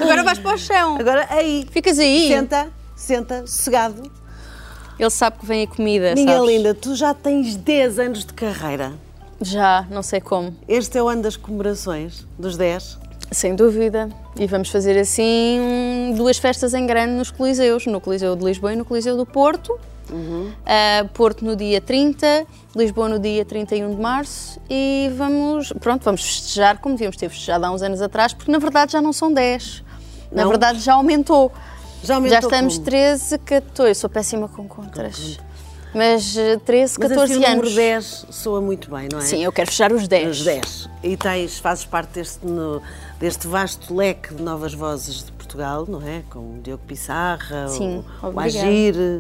Agora vais para o chão. Agora aí. Ficas aí. Senta, sossegado. Ele sabe que vem a comida, Minha sabes? linda, tu já tens 10 anos de carreira. Já, não sei como. Este é o ano das comemorações, dos 10. Sem dúvida. E vamos fazer assim 2 festas em grande nos Coliseus. No Coliseu de Lisboa e no Coliseu do Porto. Porto no dia 30, Lisboa no dia 31 de março. E vamos festejar como devíamos ter festejado há uns anos atrás, porque na verdade já não são 10. Na verdade já aumentou. Já estamos como? 13, 14. Sou péssima com contas. Mas 13, 14 Mas assim, anos. o número 10 soa muito bem, não é? Sim, eu quero fechar os 10. Os 10. E fazes parte deste vasto leque de novas vozes de Portugal, não é? Com o Diogo Pissarra, Sim, o Agir.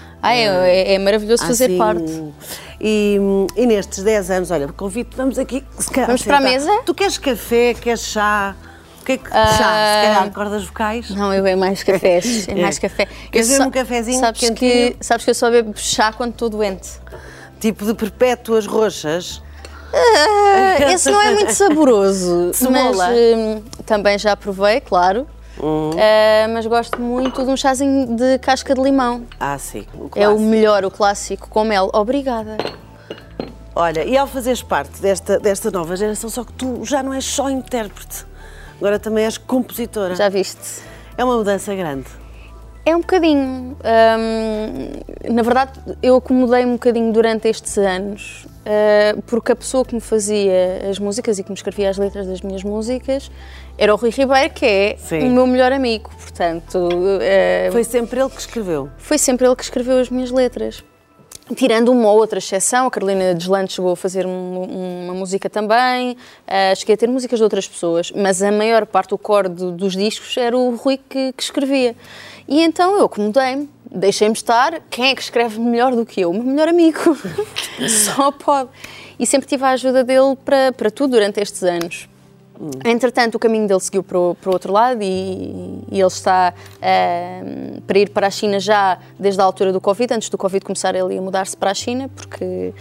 É maravilhoso fazer parte. E nestes 10 anos, olha, convido, vamos aqui. Vamos para a mesa? Tu queres café, queres chá? O que é que chá? Se calhar cordas vocais? Não, eu é mais cafés. Mais café. Queres ver um cafezinho quentinho? Sabes que eu só bebo chá quando estou doente. Tipo de perpétuas roxas? Esse não é muito saboroso. Cebola. Mas também já provei, claro. Mas gosto muito de um chazinho de casca de limão. Sim. É o melhor, o clássico, com mel. Obrigada. Olha, e ao fazeres parte desta nova geração, só que tu já não és só intérprete, agora também és compositora. Já viste? É uma mudança grande. É um bocadinho. Na verdade, eu acomodei um bocadinho durante estes anos, porque a pessoa que me fazia as músicas e que me escrevia as letras das minhas músicas era o Rui Ribeiro, que é o meu melhor amigo. Portanto, foi sempre ele que escreveu? Foi sempre ele que escreveu as minhas letras. Tirando uma ou outra exceção, a Carolina Deslandes chegou a fazer uma música também, cheguei a ter músicas de outras pessoas, mas a maior parte, o core dos discos, era o Rui que escrevia. E então eu acomodei-me, deixei-me estar, quem é que escreve melhor do que eu? O meu melhor amigo, só pode. E sempre tive a ajuda dele para tudo durante estes anos. Entretanto, o caminho dele seguiu para o outro lado e ele está para ir para a China já desde a altura do Covid. Antes do Covid começar, ele ia mudar-se para a China porque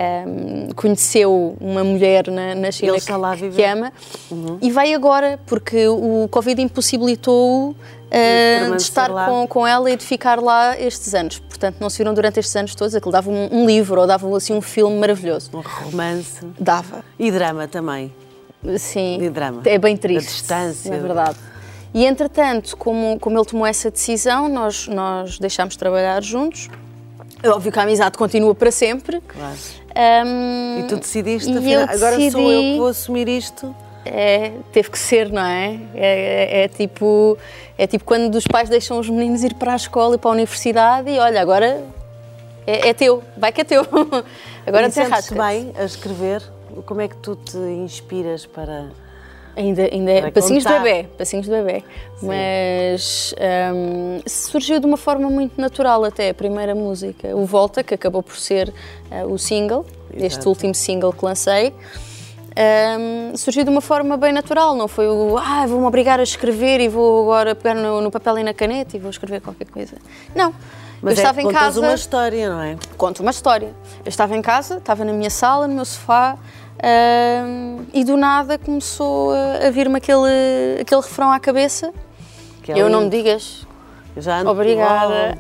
conheceu uma mulher na China que ama. E vai agora porque o Covid impossibilitou-o de estar com ela e de ficar lá estes anos. Portanto, não se viram durante estes anos todos. Aquilo dava um livro ou dava assim, um filme maravilhoso. Um romance. Dava. E drama também. Sim, de drama. É bem triste, a distância. Na verdade. E, entretanto, como ele tomou essa decisão, nós deixámos de trabalhar juntos. É óbvio que a amizade continua para sempre. Claro. E tu decidiste, agora decidi, sou eu que vou assumir isto? Teve que ser, não é? É tipo quando os pais deixam os meninos ir para a escola e para a universidade e, olha, agora é teu, vai que é teu. Agora sentes-te bem a escrever? Como é que tu te inspiras para... Ainda é passinhos de bebê. Sim. Mas surgiu de uma forma muito natural até a primeira música, o Volta, que acabou por ser o single, este último single que lancei. Surgiu de uma forma bem natural, não foi vou-me obrigar a escrever e vou agora pegar no papel e na caneta e vou escrever qualquer coisa. Não. Mas eu estava em casa. Contas uma história, não é? Conto uma história. Eu estava em casa, estava na minha sala, no meu sofá, e do nada começou a vir-me aquele refrão à cabeça. Não me digas. Obrigada.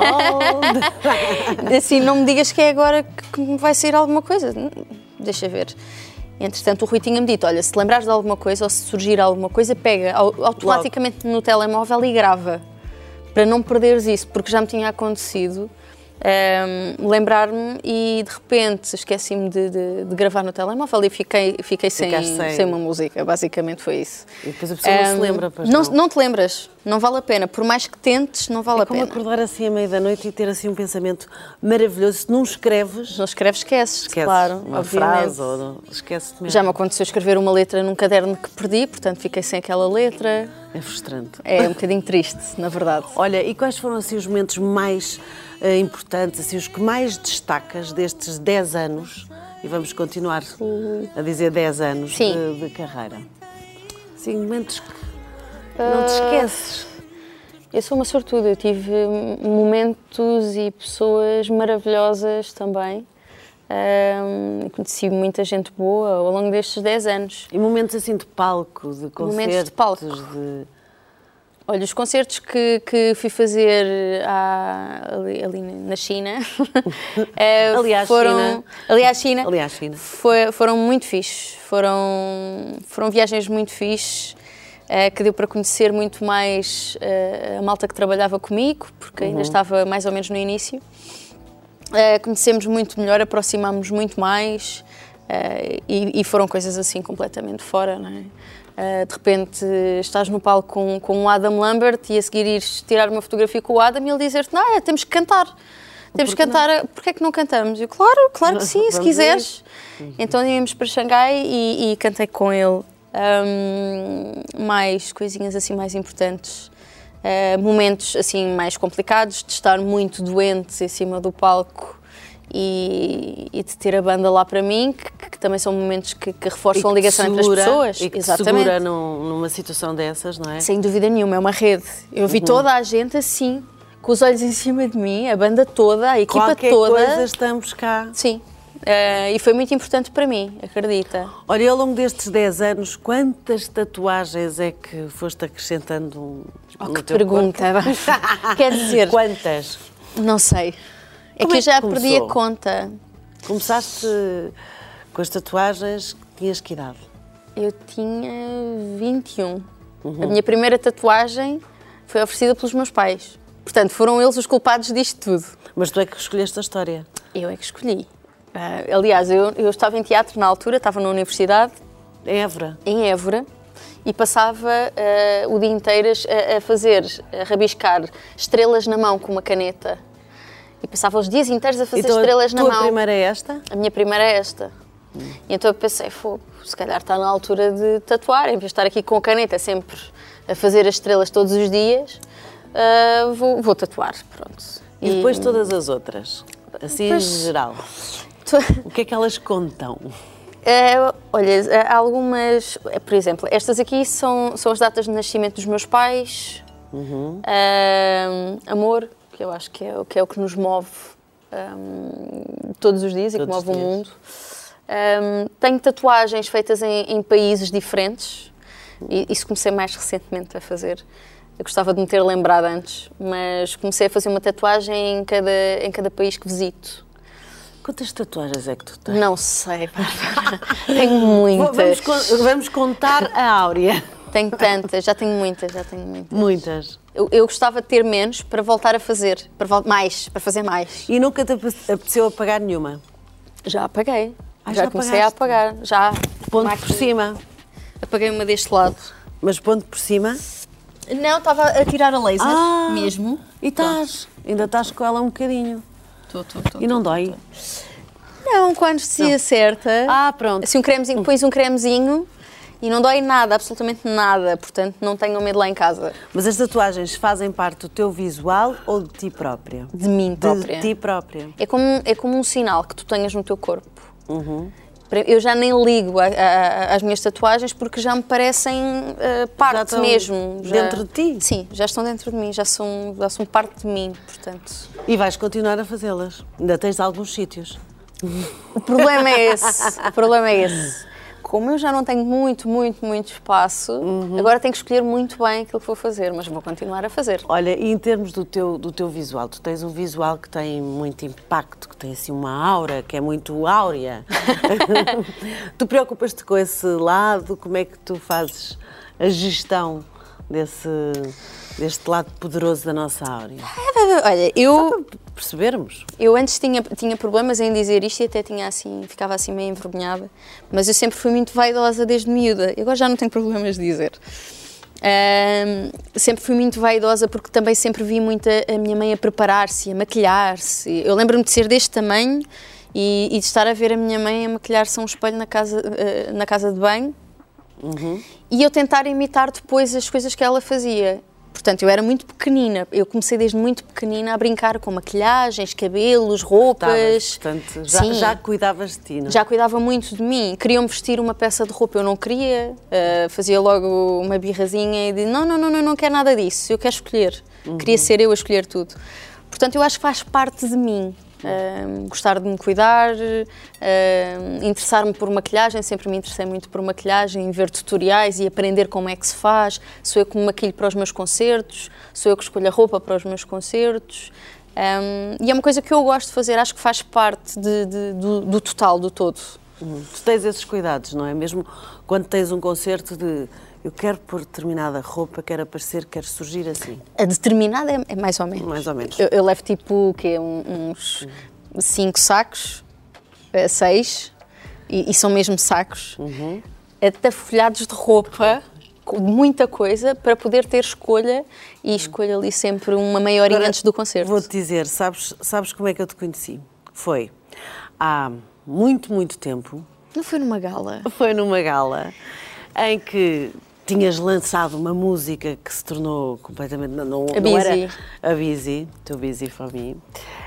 Assim, não me digas que é agora que me vai sair alguma coisa. Deixa ver. Entretanto, o Rui tinha-me dito, olha, se te lembrares de alguma coisa ou se surgir alguma coisa, pega automaticamente no telemóvel e grava. Para não perderes isso, porque já me tinha acontecido lembrar-me e de repente esqueci-me de gravar no telemóvel e fiquei sem uma música, basicamente foi isso. E depois a pessoa não se lembra, pois não te lembras, não vale a pena, por mais que tentes, não vale a pena. É como acordar assim à meia da noite e ter assim um pensamento maravilhoso, se não escreves... Não escreves, esqueces, claro, uma obviamente. frase ou esqueces mesmo. Já me aconteceu escrever uma letra num caderno que perdi, portanto fiquei sem aquela letra. É frustrante. É um bocadinho triste, na verdade. Olha, e quais foram assim os momentos mais importantes, assim, os que mais destacas destes 10 anos, e vamos continuar a dizer 10 anos de carreira? Sim, momentos que não te esqueces. Eu sou uma sortuda, eu tive momentos e pessoas maravilhosas também. Conheci muita gente boa ao longo destes 10 anos. E momentos assim de palco, de concertos? Momentos de palco. Olha, os concertos que fui fazer ali na China, China. Foram muito fixes, foram viagens muito fixes, que deu para conhecer muito mais a malta que trabalhava comigo, porque ainda estava mais ou menos no início. Conhecemos muito melhor, aproximámos muito mais, e foram coisas assim completamente fora, não é? De repente estás no palco com o Adam Lambert e a seguir ires tirar uma fotografia com o Adam e ele dizer-te, não, temos que cantar. Temos que cantar, porque é que não cantamos? Eu, claro que sim, se quiseres. Então íamos para Xangai e cantei com ele. Mais coisinhas assim mais importantes. Momentos assim mais complicados, de estar muito doente em cima do palco e de ter a banda lá para mim, que também são momentos que reforçam a ligação entre as pessoas. E que segura numa situação dessas, não é? Sem dúvida nenhuma, é uma rede. Eu vi toda a gente assim, com os olhos em cima de mim, a banda toda, a equipa Qualquer toda. Coisa estamos cá. Sim. E foi muito importante para mim, acredita. Olha, ao longo destes 10 anos, quantas tatuagens é que foste acrescentando no que teu pergunta! corpo? Quer dizer... Quantas? Não sei. Como que é eu já que perdi a começou? conta. Começaste com as tatuagens, tinhas que idade? Eu tinha 21. A minha primeira tatuagem foi oferecida pelos meus pais. Portanto, foram eles os culpados disto tudo. Mas tu é que escolheste a história? Eu é que escolhi. Aliás, eu estava em teatro na altura, estava na universidade. Em Évora. E passava o dia inteiro a rabiscar estrelas na mão com uma caneta. E passava os dias inteiros a fazer estrelas na mão. A tua primeira é esta? A minha primeira é esta. E então eu pensei, se calhar está na altura de tatuar, em vez de estar aqui com a caneta sempre a fazer as estrelas todos os dias, vou tatuar, pronto. E depois todas as outras, assim em geral, o que é que elas contam? Olha, há algumas, por exemplo, estas aqui são as datas de nascimento dos meus pais, amor, que eu acho que é o que nos move todos os dias e que move o mundo. Tenho tatuagens feitas em países diferentes, e isso comecei mais recentemente a fazer. Eu gostava de me ter lembrado antes, mas comecei a fazer uma tatuagem em cada país que visito. Quantas tatuagens é que tu tens? Não sei, Bárbara. Tenho muitas. Vamos contar a Áurea. Tenho tantas, já tenho muitas. Muitas. Eu gostava de ter menos para voltar a fazer, para fazer mais. E nunca te apeteceu apagar nenhuma? Já apaguei. Já comecei a apagar. Já. Ponto por cima? Apaguei uma deste lado. Mas ponto por cima? Não, estava a tirar a laser mesmo. E ainda estás com ela um bocadinho. Estou. E não dói? Não, quando se acerta. Pronto. Assim, pões um cremezinho e não dói nada, absolutamente nada. Portanto, não tenham medo lá em casa. Mas as tatuagens fazem parte do teu visual ou de ti própria? De mim própria. De ti própria. É como um sinal que tu tenhas no teu corpo. Eu já nem ligo às minhas tatuagens porque já me parecem parte mesmo. Dentro de ti? Sim, já estão dentro de mim, já são parte de mim, portanto. E vais continuar a fazê-las? Ainda tens alguns sítios? O problema é esse. Como eu já não tenho muito espaço, agora tenho que escolher muito bem aquilo que vou fazer, mas vou continuar a fazer. Olha, e em termos do teu visual, tu tens um visual que tem muito impacto, que tem assim uma aura, que é muito áurea. Tu preocupas-te com esse lado? Como é que tu fazes a gestão deste lado poderoso da nossa áurea? Olha, Só para percebermos. Eu antes tinha problemas em dizer isto e até ficava assim meio envergonhada, mas eu sempre fui muito vaidosa desde miúda. Eu agora já não tenho problemas de dizer. Sempre fui muito vaidosa porque também sempre vi muito a minha mãe a preparar-se, a maquilhar-se. Eu lembro-me de ser deste tamanho e de estar a ver a minha mãe a maquilhar-se a um espelho na casa de banho e eu tentar imitar depois as coisas que ela fazia. Portanto, eu era muito pequenina, eu comecei desde muito pequenina a brincar com maquilhagens, cabelos, roupas. Portanto, já cuidavas de ti, não é? Já cuidava muito de mim. Queriam vestir uma peça de roupa, eu não queria. Fazia logo uma birrazinha e dizia, não quero nada disso, eu quero escolher. Queria ser eu a escolher tudo. Portanto, eu acho que faz parte de mim. Gostar de me cuidar, interessar-me por maquilhagem, sempre me interessei muito por maquilhagem, ver tutoriais e aprender como é que se faz. Sou eu que me maquilho para os meus concertos, sou eu que escolho a roupa para os meus concertos. E é uma coisa que eu gosto de fazer, acho que faz parte do total, do todo. Tu tens esses cuidados, não é? Mesmo quando tens um concerto de eu quero pôr determinada roupa, quero aparecer, quero surgir assim. A determinada é mais ou menos. Mais ou menos. Eu levo tipo o quê? Uns 5 sacos, 6, e são mesmo sacos, atafolhados de roupa, com muita coisa, para poder ter escolha, e escolho ali sempre uma meia horinha antes do concerto. Vou-te dizer, sabes como é que eu te conheci? Foi há muito, muito tempo. Não foi numa gala? Foi numa gala em que tinhas lançado uma música que se tornou completamente... Não era a Busy, Too Busy for Me.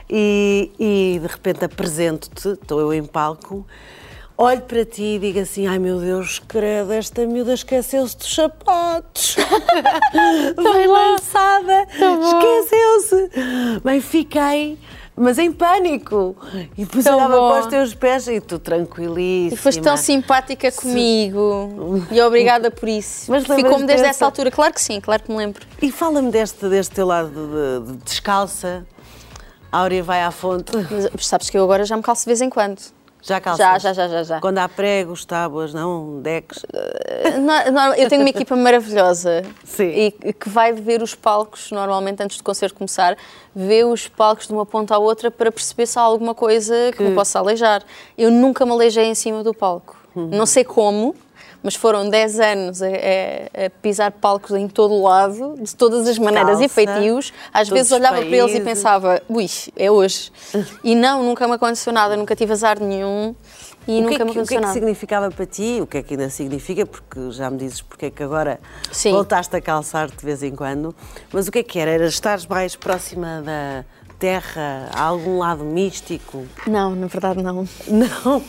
E de repente apresento-te, estou eu em palco, olho para ti e digo assim, ai meu Deus, credo, esta miúda esqueceu-se dos sapatos. Foi lançada, esqueceu-se. Bem, fiquei... mas em pânico. E depois olhava para os teus pés e tu tranquilíssima. E foste tão simpática comigo. E obrigada por isso. Mas ficou-me desde essa altura. Claro que sim, claro que me lembro. E fala-me deste teu lado de descalça. A Áurea vai à fonte. Mas sabes que eu agora já me calço de vez em quando. Já calças? Já. Quando há pregos, tábuas, não? Decks? Não, eu tenho uma equipa maravilhosa. Sim. E que vai ver os palcos, normalmente antes do concerto começar, vê os palcos de uma ponta à outra para perceber se há alguma coisa que me possa aleijar. Eu nunca me aleijei em cima do palco. Não sei como, mas foram 10 anos a pisar palcos em todo o lado, de todas as maneiras e feitios. Às vezes olhava para eles e pensava, ui, é hoje. E não, nunca me aconteceu nada, nunca tive azar nenhum e nunca me aconteceu nada. O que é que significava para ti? O que é que ainda significa? Porque já me dizes porque é que agora Sim. voltaste a calçar de vez em quando. Mas o que é que era? Era estar mais próxima da terra? Há algum lado místico? Não, na verdade não. Não?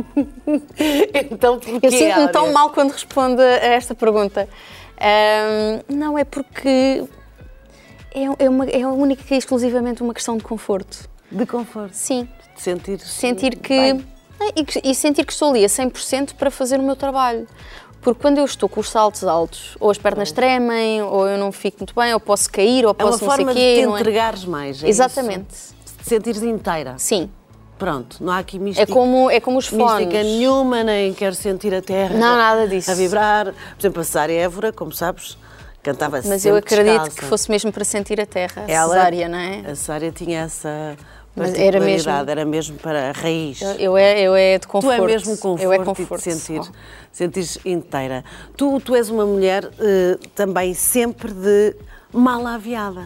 Então porquê, eu sinto-me tão Áurea? mal quando respondo a esta pergunta. Não, é porque é única e exclusivamente uma questão de conforto. De conforto? Sim. De sentir que... E sentir que estou ali a 100% para fazer o meu trabalho. Porque quando eu estou com os saltos altos, ou as pernas tremem, ou eu não fico muito bem, ou posso cair, ou posso não sei o quê. É uma forma de te entregares mais, é exatamente. Isso? De te sentires inteira. Sim. Pronto, não há aqui mística. É como os fones. Mística nenhuma, nem quero sentir a terra não, nada disso. A vibrar. Por exemplo, a Cesária Évora, como sabes, cantava sempre Mas eu acredito descalça. que fosse mesmo para sentir a terra, a Cesária, não é? A Cesária tinha essa Mas particularidade, era mesmo para a raiz. Eu é de conforto. Tu é mesmo conforto, eu é conforto. E de sentires inteira. Tu és uma mulher também sempre de mala aviada.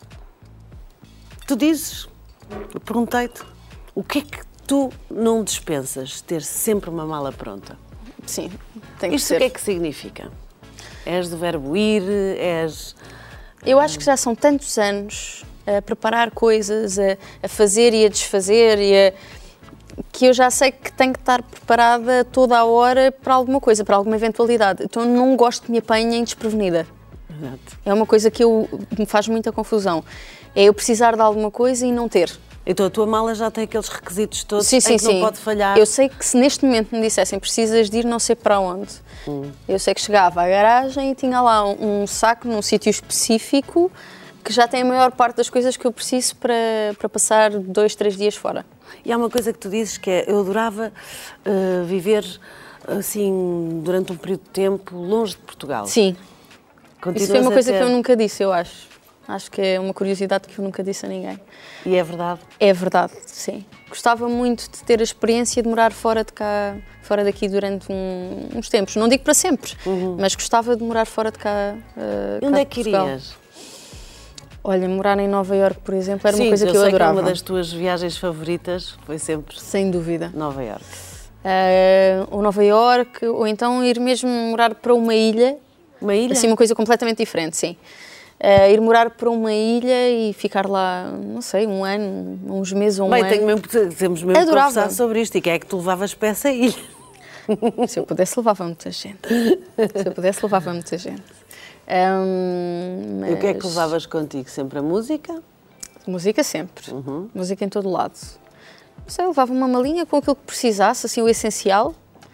Tu dizes, eu perguntei-te, o que é que tu não dispensas ter sempre uma mala pronta? Sim, tem que Isto ser. o que é que significa? És do verbo ir, és... Eu acho que já são tantos anos a preparar coisas, a fazer e a desfazer, que eu já sei que tenho que estar preparada toda a hora para alguma coisa, para alguma eventualidade. Então não gosto que me apanhem desprevenida. Exato. É uma coisa que me faz muita confusão. É eu precisar de alguma coisa e não ter. Então a tua mala já tem aqueles requisitos todos sim, em que não pode falhar. Eu sei que se neste momento me dissessem precisas de ir não sei para onde, eu sei que chegava à garagem e tinha lá um saco num sítio específico que já tem a maior parte das coisas que eu preciso para passar 2, 3 dias fora. E há uma coisa que tu dizes que é, eu adorava viver assim durante um período de tempo longe de Portugal. Sim. Continuas Isso foi uma coisa ter... que eu nunca disse, eu acho. Acho que é uma curiosidade que eu nunca disse a ninguém. E é verdade? É verdade, sim. Gostava muito de ter a experiência de morar fora daqui durante uns tempos. Não digo para sempre, mas gostava de morar fora de cá. E onde é que irias? Olha, morar em Nova Iorque, por exemplo, era sim, uma coisa que eu sei adorava. Que uma das tuas viagens favoritas foi sempre... Sem dúvida. Nova Iorque. Ou Nova Iorque, ou então ir mesmo morar para uma ilha. Uma ilha? Assim, uma coisa completamente diferente, sim. Ir morar para uma ilha e ficar lá, não sei, um ano, uns meses ou um ano. Temos mesmo que conversar sobre isto. E quem é que tu levavas para essa ilha? Se eu pudesse, levava muita gente. Mas... E o que é que levavas contigo? Sempre a música? Música sempre. Música em todo lado. Não sei, eu levava uma malinha com aquilo que precisasse, assim, o essencial.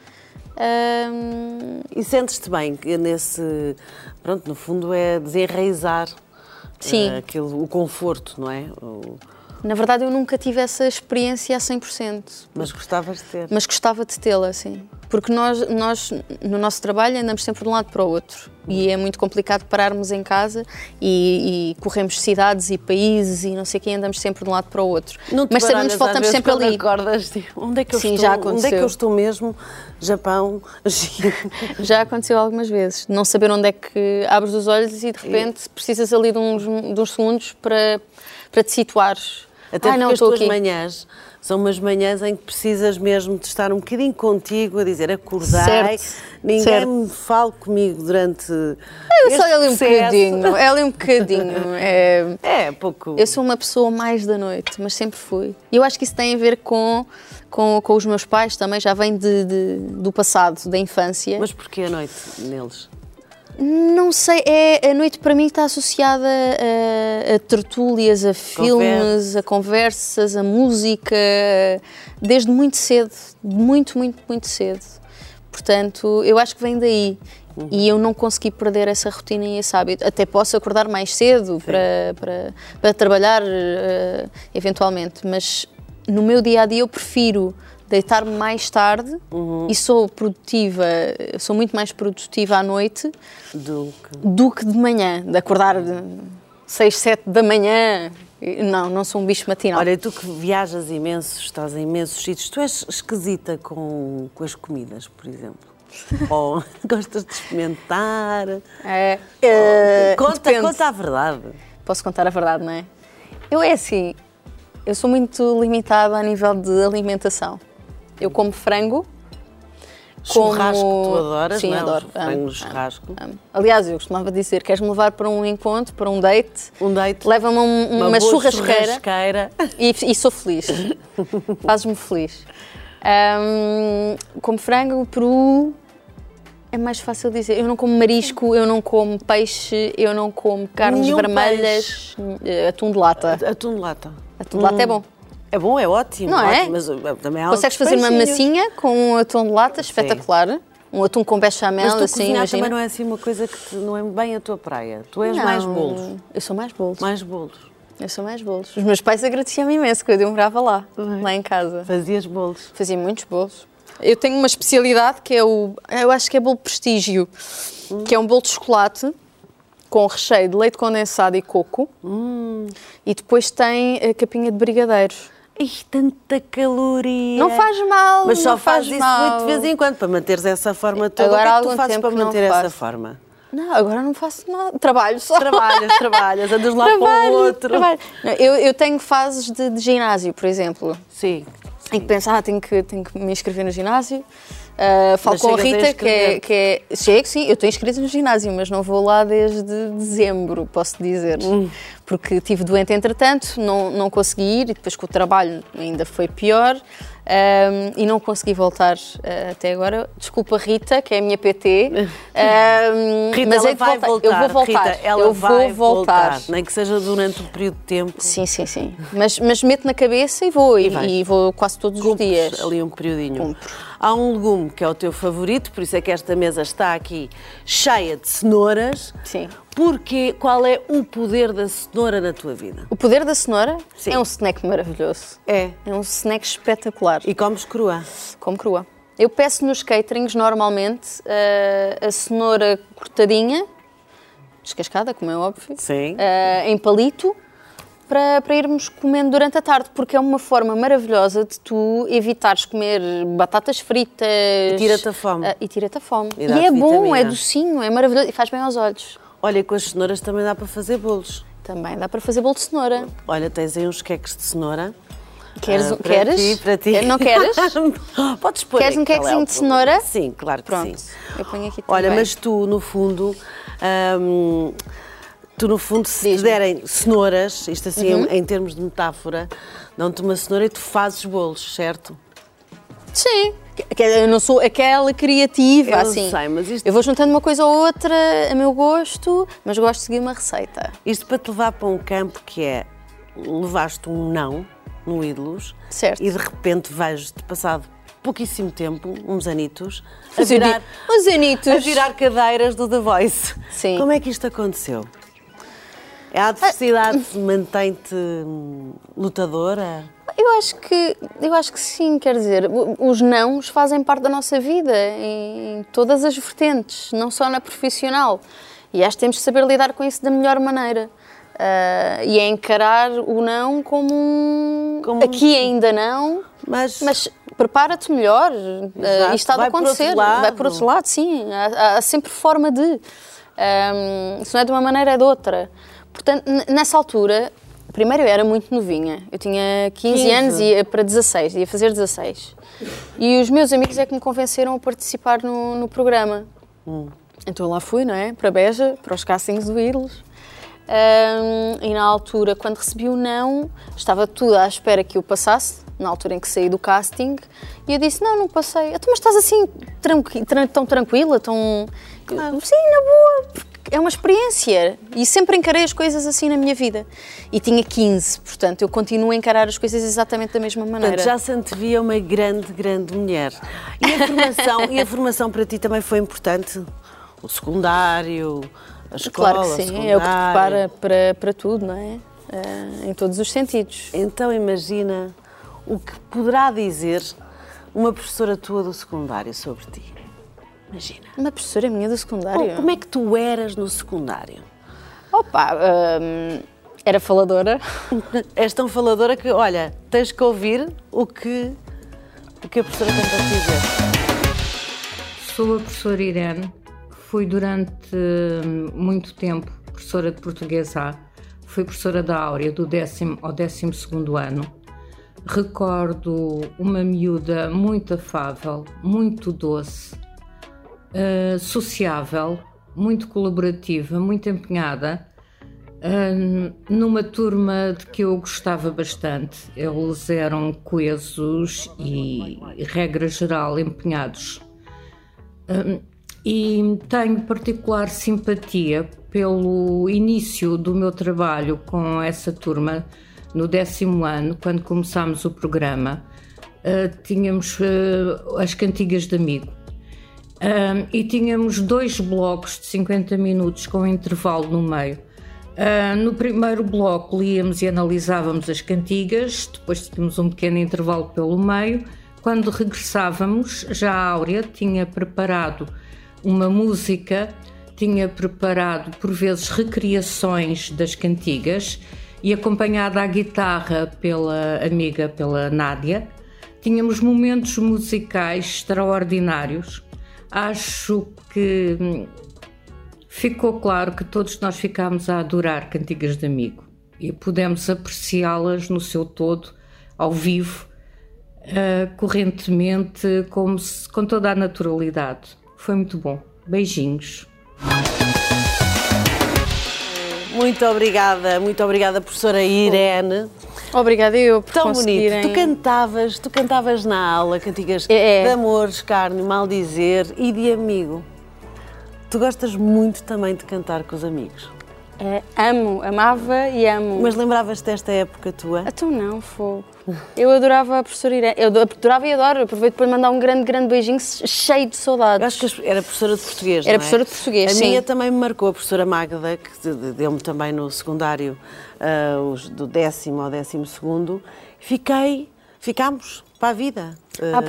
E sentes-te bem nesse... Pronto, no fundo é desenraizar o conforto, não é? Na verdade, eu nunca tive essa experiência a 100%. Mas gostavas de ter? Mas gostava de tê-la, sim. Porque nós, no nosso trabalho, andamos sempre de um lado para o outro. E é muito complicado pararmos em casa e corremos cidades e países e não sei o quê, andamos sempre de um lado para o outro. Mas sabemos que voltamos sempre ali. Acordas, onde é que eu estou? Já aconteceu. Onde é que eu estou mesmo? Japão? Já aconteceu algumas vezes. Não saber onde é que abres os olhos e de repente precisas ali de uns segundos para te situares. Até porque as tuas manhãs são umas manhãs em que precisas mesmo de estar um bocadinho contigo, a dizer, acordei, ninguém me fale comigo durante este processo. É ali um bocadinho. É pouco... Eu sou uma pessoa mais da noite, mas sempre fui. E eu acho que isso tem a ver com os meus pais também, já vem do passado, da infância. Mas porquê a noite neles? Não sei, a noite para mim está associada a tertúlias, a filmes, a conversas, a música, desde muito cedo, muito muito cedo. Portanto, eu acho que vem daí. E eu não consegui perder essa rotina e esse hábito. Até posso acordar mais cedo para trabalhar, eventualmente, mas no meu dia-a-dia eu prefiro deitar-me mais tarde e sou muito mais produtiva à noite do que de manhã, de acordar 6, 7 da manhã. Não sou um bicho matinal. Olha, tu que viajas imenso, estás em imensos sítios, tu és esquisita com as comidas, por exemplo? Ou gostas de experimentar? Conta a verdade. Posso contar a verdade, não é? Eu sou muito limitada a nível de alimentação. Eu como frango. Churrasco, tu adoras, sim, não é? Adoro. Frango no churrasco. Amo. Aliás, eu costumava dizer, queres-me levar para um encontro, para um date? Leva-me uma churrasqueira. E sou feliz. Fazes-me feliz. Como frango, peru, é mais fácil dizer. Eu não como marisco, eu não como peixe, eu não como carnes vermelhas, atum de lata. Atum de lata. Atum de lata é bom. É bom, é ótimo. Não ótimo, é? Mas também há consegues fazer uma massinha com um atum de lata espetacular. Sim. Um atum com bechamel, mas tu assim, imagina. Também não é assim uma coisa que não é bem a tua praia. Tu és mais bolos. Eu sou mais bolos. Mais bolos. Eu sou mais bolos. Os meus pais agradeciam-me imenso quando eu morava lá em casa. Fazias bolos? Fazia muitos bolos. Eu tenho uma especialidade que é eu acho que é bolo prestígio, que é um bolo de chocolate com recheio de leite condensado e coco e depois tem a capinha de brigadeiros. Ih, tanta caloria! Não faz mal, mas só faz isso mal. muito de vez em quando, para manteres essa forma toda. Agora, o que é que tu fazes para manter essa forma? Não, agora não faço nada. Trabalho só. Trabalhas, andas lá para o outro. Eu tenho fases de ginásio, por exemplo. Sim. Em que penso, tenho que me inscrever no ginásio. Falo com a Rita, que é... Chego, sim, eu estou inscrita no ginásio, mas não vou lá desde dezembro, posso dizer. Porque estive doente entretanto, não consegui ir, e depois com o trabalho ainda foi pior. E não consegui voltar até agora. Desculpa, Rita, que é a minha PT. Rita, mas ela vai voltar. Eu vou voltar. Rita, ela vai voltar. Nem que seja durante um período de tempo. Sim. Mas meto na cabeça e vou. E vou quase todos os dias. Ali um periodinho. Cumpro. Há um legume que é o teu favorito, por isso é que esta mesa está aqui cheia de cenouras. Sim. Porque qual é o poder da cenoura na tua vida? O poder da cenoura? Sim. É um snack maravilhoso. É um snack espetacular. E comes crua? Como crua. Eu peço nos caterings, normalmente, a cenoura cortadinha, descascada, como é óbvio, sim. Em palito, para irmos comendo durante a tarde, porque é uma forma maravilhosa de tu evitares comer batatas fritas. E tira-te a fome. E tira-te a fome. E é bom, é docinho, é maravilhoso e faz bem aos olhos. Olha, com as cenouras também dá para fazer bolos. Também dá para fazer bolo de cenoura. Olha, tens aí uns queques de cenoura. Queres? Para ti. Não queres? Podes pôr. Queres um quequezinho de cenoura? Sim, claro que Pronto, sim. Eu ponho aqui também. Olha, mas tu, no fundo, se te derem cenouras, isto assim em termos de metáfora, dão-te uma cenoura e tu fazes bolos, certo? Sim. Eu não sou aquela criativa, eu assim. Sei, mas isto... Eu vou juntando uma coisa ou outra a meu gosto, mas gosto de seguir uma receita. Isto para te levar para um campo que é levaste um não no Ídolos. Certo. E de repente vejo-te passado pouquíssimo tempo, uns anitos, a virar cadeiras do The Voice. Sim. Como é que isto aconteceu? A adversidade mantém-te lutadora? Eu acho que sim, quer dizer, os nãos fazem parte da nossa vida, em todas as vertentes, não só na profissional. E acho que temos de saber lidar com isso da melhor maneira. E é encarar o não como aqui ainda não, mas prepara-te melhor. Isto está a acontecer. Vai por outro lado, sim. Há sempre forma de. Se não é de uma maneira, é de outra. Portanto, nessa altura, primeiro eu era muito novinha. Eu tinha 15 anos e ia para 16, ia fazer 16. E os meus amigos é que me convenceram a participar no programa. Então lá fui, não é? Para Beja, para os castings do Ídolos. E na altura, quando recebi o não, estava tudo à espera que eu passasse, na altura em que saí do casting, e eu disse, não passei. Então, mas estás assim tão tranquila, tão... Claro. Sim, na boa, porque é uma experiência, e sempre encarei as coisas assim na minha vida. E tinha 15, portanto, eu continuo a encarar as coisas exatamente da mesma maneira. Portanto, já se antevia uma grande mulher. E a formação para ti também foi importante? O secundário... A escola, claro que sim, é o que te prepara para tudo, não é? Em todos os sentidos. Então imagina o que poderá dizer uma professora tua do secundário sobre ti. Imagina. Uma professora minha do secundário? Como é que tu eras no secundário? Era faladora. És tão faladora que, olha, tens que ouvir o que a professora tem para te dizer. Sou a professora Irene. Fui durante muito tempo professora de português A, fui professora da Áurea do 10º ao 12º ano. Recordo uma miúda muito afável, muito doce, sociável, muito colaborativa, muito empenhada, numa turma de que eu gostava bastante. Eles eram coesos e, regra geral, empenhados. E tenho particular simpatia pelo início do meu trabalho com essa turma no 10º ano, quando começámos o programa. Tínhamos as cantigas de amigo e tínhamos 2 blocos de 50 minutos com intervalo no meio. No primeiro bloco líamos e analisávamos as cantigas, depois tínhamos um pequeno intervalo pelo meio. Quando regressávamos, já a Áurea tinha preparado uma música, tinha preparado por vezes recriações das cantigas e acompanhada à guitarra pela amiga, pela Nádia. Tínhamos momentos musicais extraordinários. Acho que ficou claro que todos nós ficámos a adorar cantigas de amigo e pudemos apreciá-las no seu todo, ao vivo, correntemente, com toda a naturalidade. Foi muito bom. Beijinhos. Muito obrigada, professora Irene. Obrigada eu por tão conseguirem... bonito. Tu cantavas na aula cantigas de amor, escárnio, mal dizer e de amigo. Tu gostas muito também de cantar com os amigos? Amava e amo. Mas lembravas-te desta época tua? Então não, fogo. Eu adorava a professora Irene. Eu adorava e adoro. Aproveito para mandar um grande beijinho cheio de saudades. Eu acho que era professora de português, Era professora de português, sim. A minha também me marcou, a professora Magda, que deu-me também no secundário, do 10º ao 12º. Ficámos para a vida.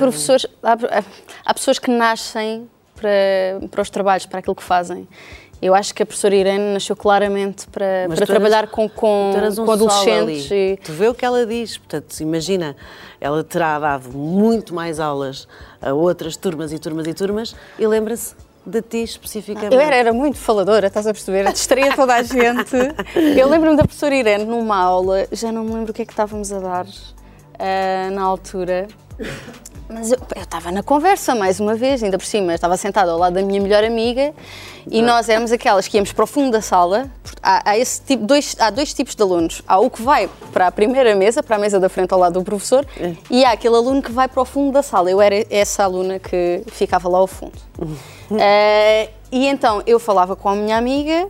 Há pessoas que nascem para os trabalhos, para aquilo que fazem. Eu acho que a professora Irene nasceu claramente para trabalhar com adolescentes. Tu vê o que ela diz, portanto, imagina, ela terá dado muito mais aulas a outras turmas e lembra-se de ti especificamente. Eu era muito faladora, estás a perceber? Distraía toda a gente. Eu lembro-me da professora Irene numa aula, já não me lembro o que é que estávamos a dar na altura. Mas eu estava na conversa, mais uma vez, ainda por cima, eu estava sentada ao lado da minha melhor amiga e nós éramos aquelas que íamos para o fundo da sala. Há dois tipos de alunos. Há o que vai para a primeira mesa, para a mesa da frente ao lado do professor, e há aquele aluno que vai para o fundo da sala. Eu era essa aluna que ficava lá ao fundo. E então eu falava com a minha amiga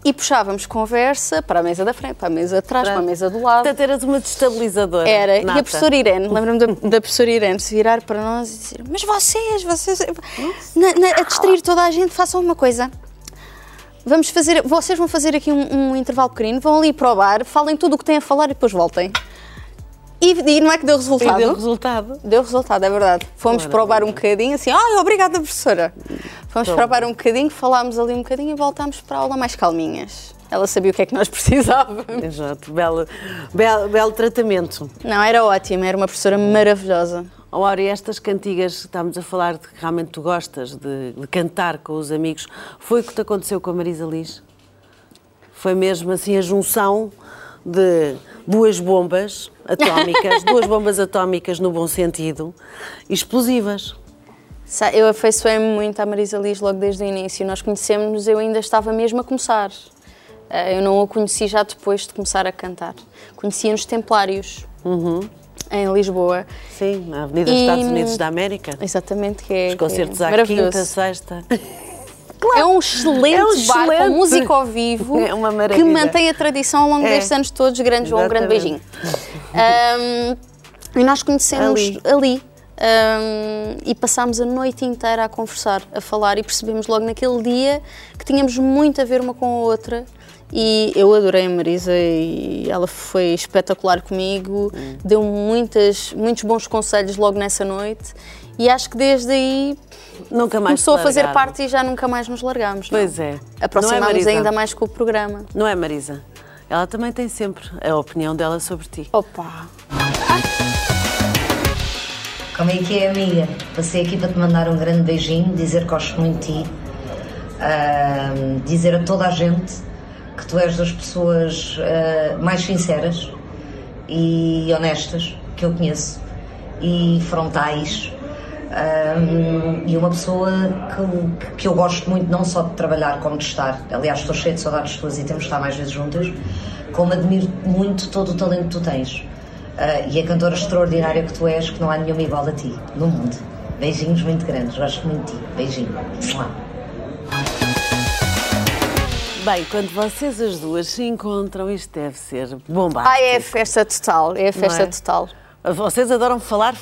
E puxávamos conversa para a mesa da frente, para a mesa de trás, para a mesa do lado. Portanto, eras uma destabilizadora. Era. Nata. E a professora Irene, lembro-me da professora Irene se virar para nós e dizer: mas vocês a distrair toda a gente, façam uma coisa. Vocês vão fazer aqui um intervalo pequenino, vão ali para o bar, falem tudo o que têm a falar e depois voltem. E não é que deu resultado? E deu resultado. Deu resultado, é verdade. Fomos para o bar um bocadinho, assim, obrigada, professora. Fomos para o bar um bocadinho, falámos ali um bocadinho e voltámos para a aula mais calminhas. Ela sabia o que é que nós precisávamos. Exato, belo tratamento. Não, era ótima, era uma professora maravilhosa. Ora, e estas cantigas, estamos a falar de que realmente tu gostas de cantar com os amigos, foi o que te aconteceu com a Marisa Liz? Foi mesmo assim a junção de duas bombas atómicas no bom sentido, explosivas. Eu afeiçoei-me muito à Marisa Liz logo desde o início. Nós conhecemos-nos, eu ainda estava mesmo a começar. Eu não a conheci já depois de começar a cantar. Conhecia-nos Templários, em Lisboa. Sim, na Avenida dos Estados Unidos da América. Exatamente, que é os concertos à quinta, sexta. Claro. É um excelente bar com música ao vivo, que mantém a tradição ao longo destes anos todos. Grande João, um grande beijinho. E nós conhecemos ali. E passámos a noite inteira a conversar, a falar, e percebemos logo naquele dia que tínhamos muito a ver uma com a outra. E eu adorei a Marisa e ela foi espetacular comigo, deu muitos bons conselhos logo nessa noite, e acho que desde aí nunca mais começou a fazer parte e já nunca mais nos largámos. Pois é. Aproximámos ainda mais com o programa. Não é, Marisa? Ela também tem sempre a opinião dela sobre ti. Opa! Como é que é, amiga? Passei aqui para te mandar um grande beijinho, dizer que gosto muito de ti, dizer a toda a gente que tu és das pessoas mais sinceras e honestas que eu conheço e frontais, e uma pessoa que eu gosto muito, não só de trabalhar como de estar. Aliás, estou cheia de saudades tuas e temos de estar mais vezes juntas, como admiro muito todo o talento que tu tens. E a cantora extraordinária que tu és, que não há nenhuma igual a ti no mundo. Beijinhos muito grandes, gosto muito de ti. Beijinho. Bem, quando vocês as duas se encontram, isto deve ser bombástico. É a festa total, total. Vocês adoram falar.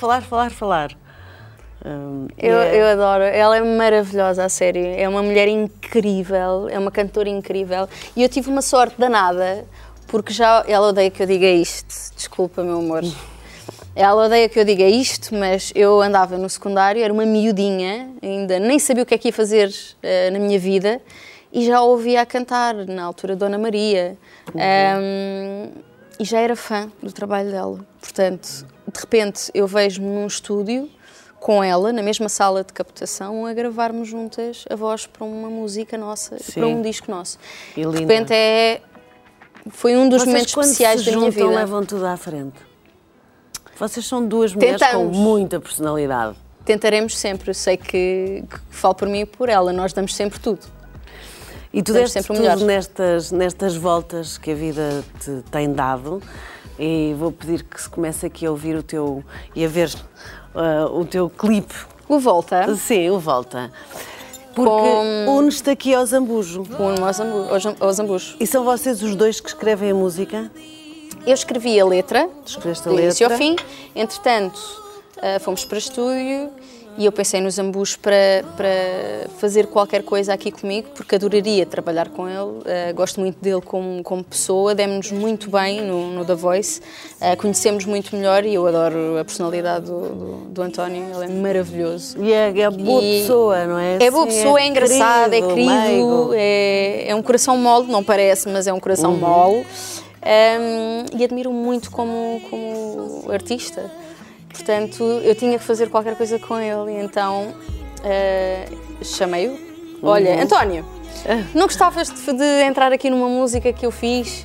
Eu adoro, ela é maravilhosa, a sério. É uma mulher incrível, é uma cantora incrível. E eu tive uma sorte danada, porque ela odeia que eu diga isto. Desculpa, meu amor. Ela odeia que eu diga isto, mas eu andava no secundário, era uma miudinha, ainda nem sabia o que é que ia fazer na minha vida, e já a ouvia a cantar, na altura Dona Maria. E já era fã do trabalho dela. Portanto, de repente, eu vejo-me num estúdio com ela, na mesma sala de captação, a gravarmos juntas a voz para uma música nossa, para um disco nosso. E de repente foi um dos momentos especiais da minha vida. Vocês levam tudo à frente. Vocês são duas mulheres com muita personalidade. Tentaremos sempre. Eu sei que falo por mim e por ela. Nós damos sempre tudo. E tu deste tudo nestas voltas que a vida te tem dado. E vou pedir que se comece aqui a ouvir e a ver o teu clipe. O Volta? Sim, o Volta. Porque unes-te aqui ao Zambujo. Uno-me ao Zambujo. E são vocês os dois que escrevem a música? Eu escrevi a letra, do início ao fim. Entretanto, fomos para estúdio e eu pensei no Zambujo para fazer qualquer coisa aqui comigo, porque adoraria trabalhar com ele. Gosto muito dele como pessoa, demos-nos muito bem no The Voice, conhecemos muito melhor e eu adoro a personalidade do António, ele é maravilhoso. E é boa pessoa, não é? É boa pessoa, é engraçado, é querido, é um coração mole, não parece, mas é um coração mole. E admiro muito como artista. Portanto, eu tinha que fazer qualquer coisa com ele, e então chamei-o. Olha, António, não gostavas de entrar aqui numa música que eu fiz?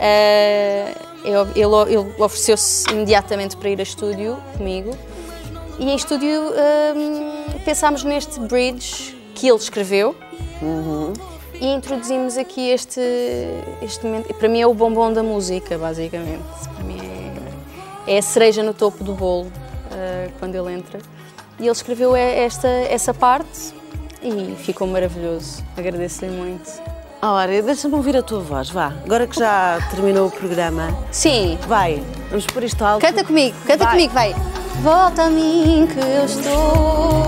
Ele ofereceu-se imediatamente para ir a estúdio comigo, e em estúdio pensámos neste bridge que ele escreveu. E introduzimos aqui este momento. Para mim é o bombom da música, basicamente. Para mim é a cereja no topo do bolo, quando ele entra. E ele escreveu essa parte e ficou maravilhoso. Agradeço-lhe muito. Ora, deixa-me ouvir a tua voz, vá. Agora que já terminou o programa. Sim. Vai, vamos pôr isto alto. Canta comigo, vai. Volta a mim que eu estou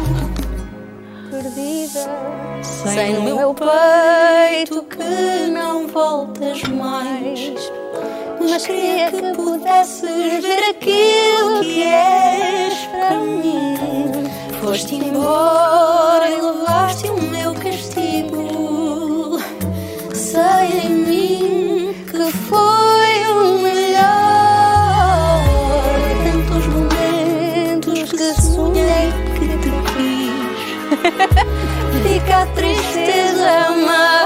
perdida, sem no meu peito que não voltas mais. Mas queria que pudesses ver aquilo que és para mim. Foste embora e levaste o meu castigo. Sei em mim que foi o melhor. Tantos momentos que sonhei que te quis. Fica a tristeza, mas